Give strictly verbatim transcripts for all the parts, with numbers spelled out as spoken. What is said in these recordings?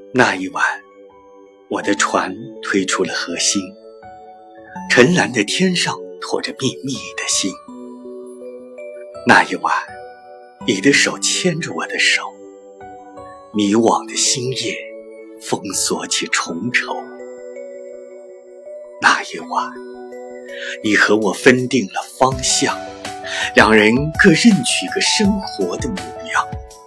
那一晚，我的船推出了河心，沉蓝的天上托着密密的星。那一晚，你的手牵着我的手，迷惘的星夜封锁起重愁。那一晚，你和我分定了方向，两人各任取个生活的模样。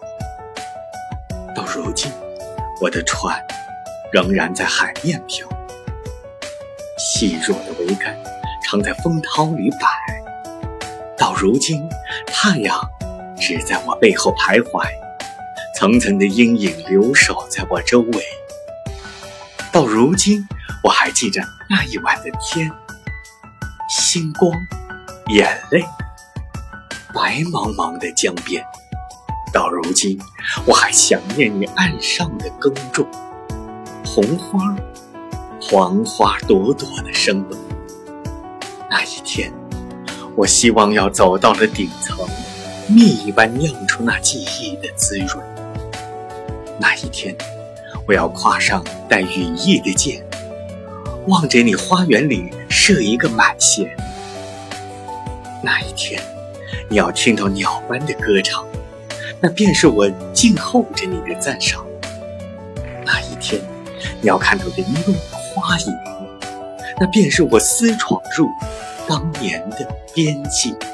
到如今，我的船仍然在海面飘，细弱的桅杆常在风涛里摆。到如今，太阳只在我背后徘徊，层层的阴影留守在我周围。到如今，我还记着那一晚的天，星光，眼泪，白茫茫的江边。到如今，我还想念你岸上的耕种，红花，黄花朵朵的生动。那一天，我希望要走到了顶层，蜜一般酿出那记忆的滋润。那一天，我要跨上带羽翼的箭，望着你花园里射一个满弦。那一天，你要听到鸟般的歌唱，那便是我静候着你的赞赏。那一天，你要看到玲珑的花影，那便是我私闯入当年的边境。